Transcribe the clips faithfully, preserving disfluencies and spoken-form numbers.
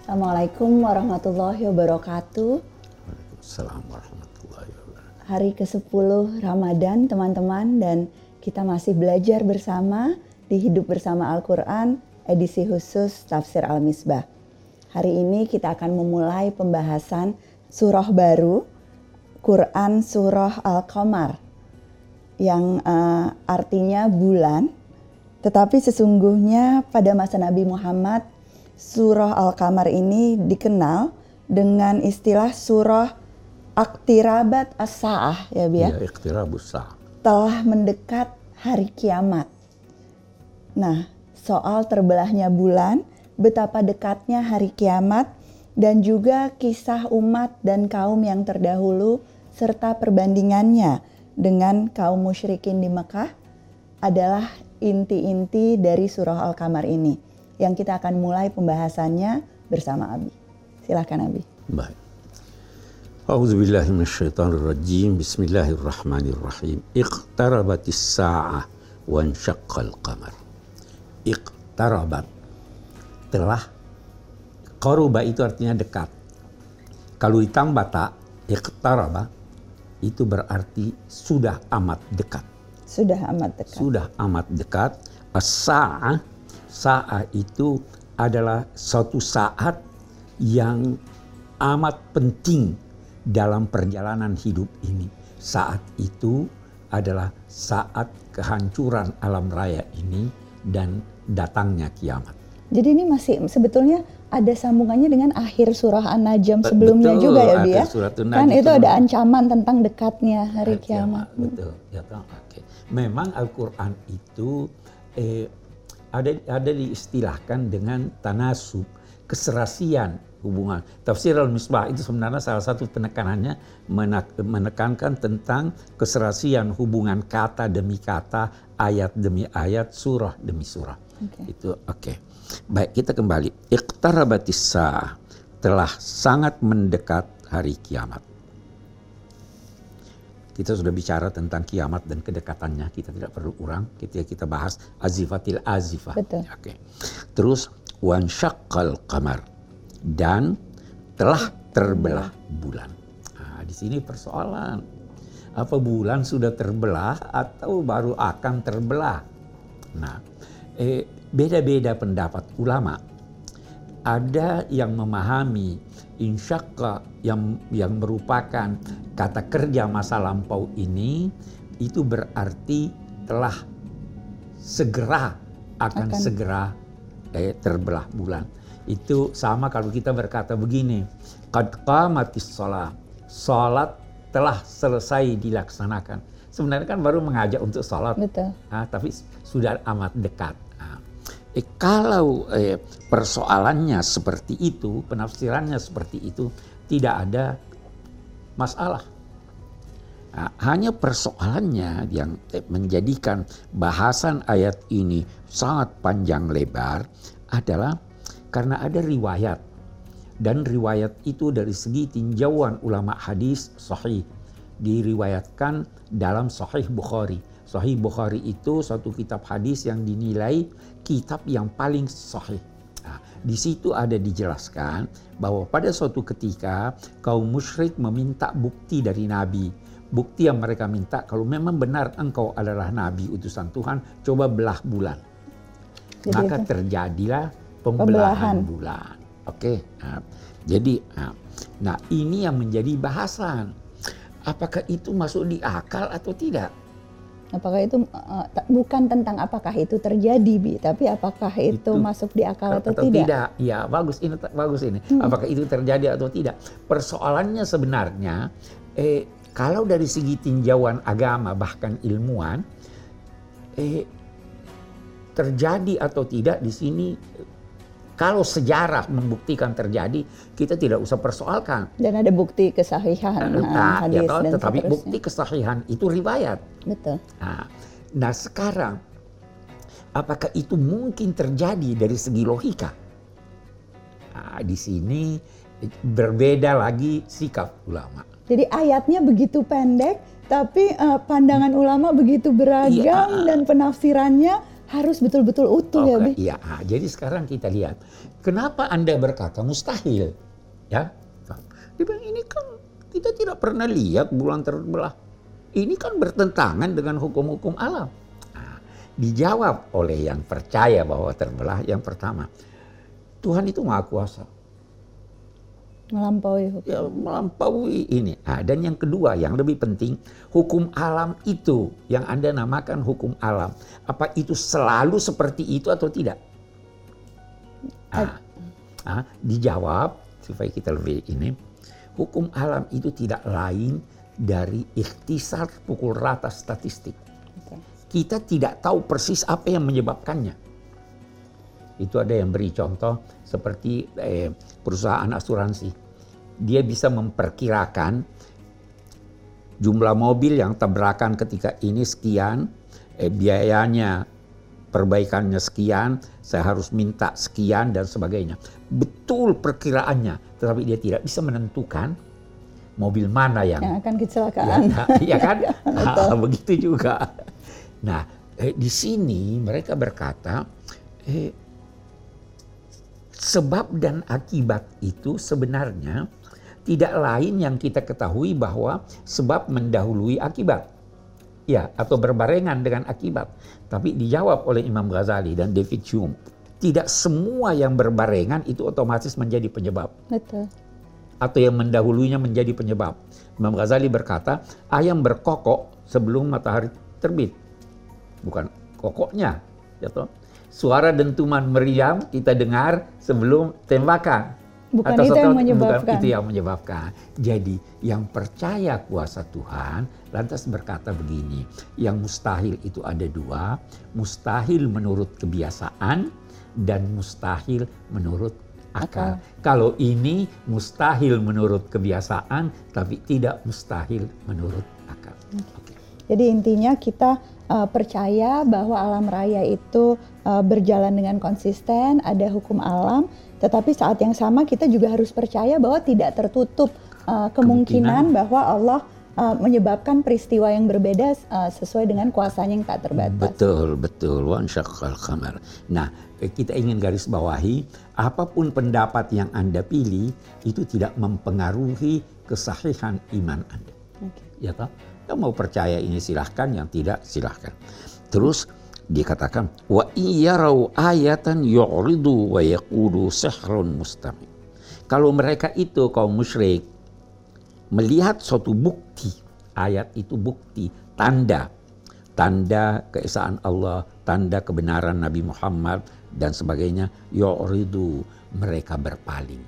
Assalamualaikum warahmatullahi wabarakatuh. Waalaikumsalam warahmatullahi wabarakatuh. Hari kesepuluh Ramadan teman-teman, dan kita masih belajar bersama di Hidup Bersama Al-Quran edisi khusus Tafsir Al-Misbah. Hari ini kita akan memulai pembahasan surah baru, Quran Surah Al-Qamar, yang uh, artinya bulan. Tetapi sesungguhnya pada masa Nabi Muhammad, surah Al-Qamar ini dikenal dengan istilah surah Iqtarabat as-Sa'ah, ya Bi ya. Ya, Iqtirabus Sa'ah. Telah mendekat hari kiamat. Nah, soal terbelahnya bulan, betapa dekatnya hari kiamat, dan juga kisah umat dan kaum yang terdahulu serta perbandingannya dengan kaum musyrikin di Mekah adalah inti-inti dari surah Al-Qamar ini, yang kita akan mulai pembahasannya bersama Abi. Silakan Abi. Baik. A'udzubillahi minasyaitonirrajim. Bismillahirrahmanirrahim. Iqtarabatis sa'ah wa ansyaqqal qamar. Iqtarabat, telah. Qaruba itu artinya dekat. Kalau ditambah ta, iqtaraba itu berarti sudah amat dekat. Sudah amat dekat. Sudah amat dekat. As-sa'ah, sa'ah itu adalah suatu saat yang amat penting dalam perjalanan hidup ini. Saat itu adalah saat kehancuran alam raya ini dan datangnya kiamat. Jadi ini masih sebetulnya ada sambungannya dengan akhir surah An-Najm sebelumnya. Betul, juga ya Bi ya. Kan itu ada ancaman tentang dekatnya hari kiamat. kiamat. Betul. Ya, okay. Memang Al-Quran itu eh, ada ada diistilahkan dengan tanasub, keserasian hubungan. Tafsir Al-Misbah itu sebenarnya salah satu penekanannya menekankan tentang keserasian hubungan kata demi kata, ayat demi ayat, surah demi surah. Okay. Itu oke. Okay. Baik, kita kembali. Iqtarabatis sa'ah, telah sangat mendekat hari kiamat. Kita sudah bicara tentang kiamat dan kedekatannya, kita tidak perlu ulang. Ketika kita bahas azifatil azifah. Betul. Oke. Terus wansyaqqal qamar, dan telah terbelah bulan. Nah, di sini persoalan, apa bulan sudah terbelah atau baru akan terbelah? Nah, eh, beda-beda pendapat ulama. Ada yang memahami insyaqqa yang yang merupakan kata kerja masa lampau ini itu berarti telah segera akan, akan. segera eh, terbelah bulan. Itu sama kalau kita berkata begini, qad qamatis shalah, salat telah selesai dilaksanakan. Sebenarnya kan baru mengajak untuk salat. Betul. Nah, tapi sudah amat dekat. Nah, eh, kalau eh, persoalannya seperti itu, penafsirannya seperti itu, tidak ada masalah. Nah, hanya persoalannya yang menjadikan bahasan ayat ini sangat panjang lebar adalah karena ada riwayat, dan riwayat itu dari segi tinjauan ulama hadis sahih, diriwayatkan dalam Sahih Bukhari. Sahih Bukhari itu satu kitab hadis yang dinilai kitab yang paling sahih. Nah, di situ ada dijelaskan bahwa pada suatu ketika kaum musyrik meminta bukti dari Nabi. Bukti yang mereka minta, kalau memang benar engkau adalah Nabi utusan Tuhan, coba belah bulan. Jadi maka itu terjadilah pembelahan, pembelahan bulan. Oke. Nah, jadi, nah, nah ini yang menjadi bahasan. Apakah itu masuk di akal atau tidak? Apakah itu uh, bukan tentang apakah itu terjadi, Bi, tapi apakah itu, itu masuk di akal atau, atau tidak? Tidak. Ya, bagus ini bagus ini. Hmm. Apakah itu terjadi atau tidak? Persoalannya sebenarnya eh kalau dari segi tinjauan agama bahkan ilmuwan eh terjadi atau tidak di sini, kalau sejarah membuktikan terjadi, kita tidak usah persoalkan. Dan ada bukti kesahihan nah, hadis ya toh, dan tetapi seterusnya. Bukti kesahihan itu riwayat. Betul. Nah, nah sekarang, apakah itu mungkin terjadi dari segi logika? Nah, di sini berbeda lagi sikap ulama. Jadi ayatnya begitu pendek, tapi uh, pandangan ulama begitu beragam, ya, dan penafsirannya harus betul-betul utuh ya, Bi? Iya, nah, jadi sekarang kita lihat, kenapa Anda berkata mustahil? Ya, dia bilang ini kan kita tidak pernah lihat bulan terbelah. Ini kan bertentangan dengan hukum-hukum alam. Nah, dijawab oleh yang percaya bahwa terbelah yang pertama, Tuhan itu Maha Kuasa. Melampaui hukum. Ya, melampaui ini. Nah, dan yang kedua, yang lebih penting, hukum alam itu yang Anda namakan hukum alam. Apa itu selalu seperti itu atau tidak? Nah, nah, dijawab supaya kita lebih ini. Hukum alam itu tidak lain dari ikhtisar pukul rata statistik. Okay. Kita tidak tahu persis apa yang menyebabkannya. Itu ada yang beri contoh seperti eh, perusahaan asuransi. Dia bisa memperkirakan jumlah mobil yang tabrakan ketika ini sekian, eh, biayanya perbaikannya sekian, saya harus minta sekian dan sebagainya. Betul perkiraannya, tetapi dia tidak bisa menentukan mobil mana yang, yang akan kecelakaan. Ya, ya kan? Nah, begitu juga. Nah, eh, di sini mereka berkata, eh, sebab dan akibat itu sebenarnya tidak lain yang kita ketahui bahwa sebab mendahului akibat. Ya, atau berbarengan dengan akibat. Tapi dijawab oleh Imam Ghazali dan David Hume, tidak semua yang berbarengan itu otomatis menjadi penyebab. Betul. Atau yang mendahulunya menjadi penyebab. Imam Ghazali berkata, ayam berkokok sebelum matahari terbit. Bukan kokoknya, ya toh. Suara dentuman meriam kita dengar sebelum tembakan. Bukan Atau itu setelah, yang menyebabkan. Bukan itu yang menyebabkan. Jadi yang percaya kuasa Tuhan lantas berkata begini, yang mustahil itu ada dua, mustahil menurut kebiasaan dan mustahil menurut akal. Akal. Kalau ini mustahil menurut kebiasaan tapi tidak mustahil menurut akal. Okay. Jadi intinya kita uh, percaya bahwa alam raya itu uh, berjalan dengan konsisten, ada hukum alam, tetapi saat yang sama kita juga harus percaya bahwa tidak tertutup uh, kemungkinan, kemungkinan bahwa Allah uh, menyebabkan peristiwa yang berbeda uh, sesuai dengan kuasanya yang tak terbatas. Betul, betul. Wan syaqqal qamar. Nah, kita ingin garis bawahi, apapun pendapat yang Anda pilih itu tidak mempengaruhi kesahihan iman Anda. Okay. Ya toh? Yang mau percaya ini silahkan, yang tidak silahkan. Terus dikatakan wa iyarau ayatan yu'ridu wa yaqulu sihrun mustamir. Kalau mereka itu kaum musyrik melihat suatu bukti, ayat itu bukti, tanda, tanda keesaan Allah, tanda kebenaran Nabi Muhammad dan sebagainya, yu'ridu, mereka berpaling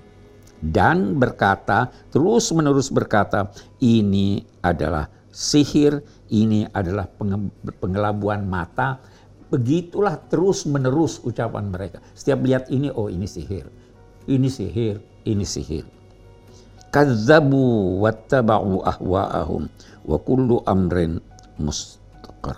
dan berkata, terus menerus berkata, ini adalah sihir, ini adalah pengelabuan mata. Begitulah terus menerus ucapan mereka. Setiap lihat ini, oh ini sihir, ini sihir, ini sihir. Kadzabu wattaba'u ahwa'ahum wa kullu amrin mustaqar.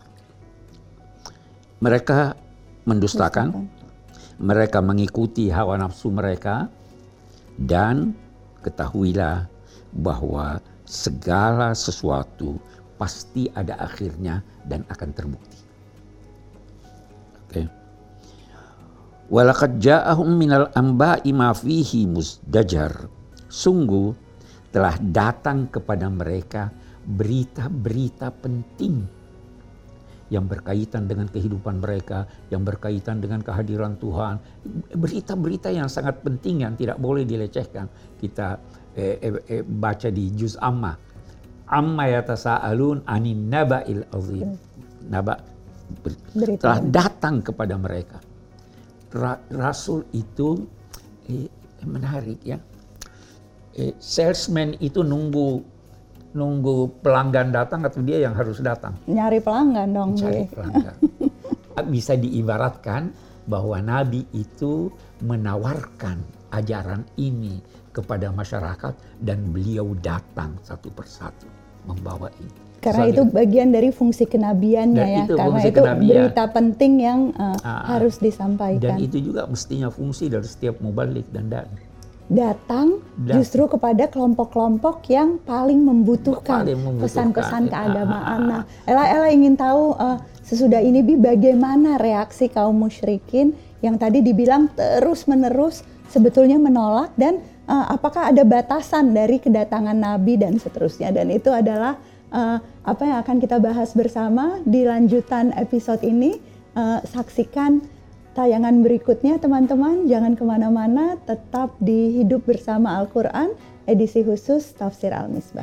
Mereka mendustakan, mereka mengikuti hawa nafsu mereka, dan ketahuilah bahwa segala sesuatu pasti ada akhirnya dan akan terbukti. Oke. Walaqad ja'ahum minal anba'i ma fihi muzdajar. Sungguh telah datang kepada mereka berita-berita penting yang berkaitan dengan kehidupan mereka, yang berkaitan dengan kehadiran Tuhan. Berita-berita yang sangat penting yang tidak boleh dilecehkan. Kita eh, eh, eh, baca di juz amma. Amma yatasa'alun anin naba'il azim. Naba berita. Telah datang kepada mereka. Ra, Rasul itu eh, menarik ya. Eh, salesman itu nunggu nunggu pelanggan datang atau dia yang harus datang? Nyari pelanggan dong. Cari pelanggan. Bisa diibaratkan bahwa Nabi itu menawarkan ajaran ini kepada masyarakat dan beliau datang satu persatu membawa ini. Karena Soalnya, itu bagian dari fungsi kenabiannya ya. itu Karena itu kenabian. berita penting yang uh, ah, harus disampaikan. Dan itu juga mestinya fungsi dari setiap mubalik dan dai. datang Dan- justru kepada kelompok-kelompok yang paling membutuhkan Paling membutuhkan. pesan-pesan Ah. keagamaan. Nah, Ella Ella ingin tahu uh, sesudah ini Bi, bagaimana reaksi kaum musyrikin yang tadi dibilang terus-menerus sebetulnya menolak, dan uh, apakah ada batasan dari kedatangan Nabi dan seterusnya. Dan itu adalah uh, apa yang akan kita bahas bersama di lanjutan episode ini. Uh, saksikan tayangan berikutnya teman-teman, jangan kemana-mana, tetap di Hidup Bersama Al-Quran, edisi khusus Tafsir Al-Misbah.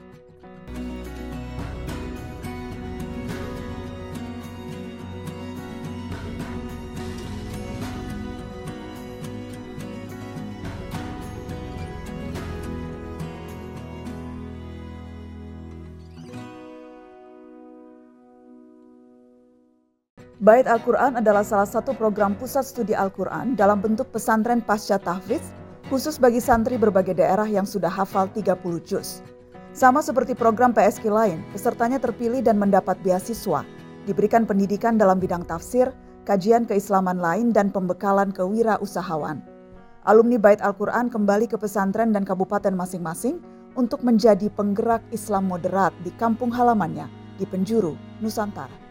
Bait Al-Quran adalah salah satu program pusat studi Al-Quran dalam bentuk pesantren pasca tahfiz khusus bagi santri berbagai daerah yang sudah hafal tiga puluh juz. Sama seperti program P S Q lain, pesertanya terpilih dan mendapat beasiswa, diberikan pendidikan dalam bidang tafsir, kajian keislaman lain, dan pembekalan kewirausahawan. Alumni Bait Al-Quran kembali ke pesantren dan kabupaten masing-masing untuk menjadi penggerak Islam moderat di kampung halamannya di penjuru Nusantara.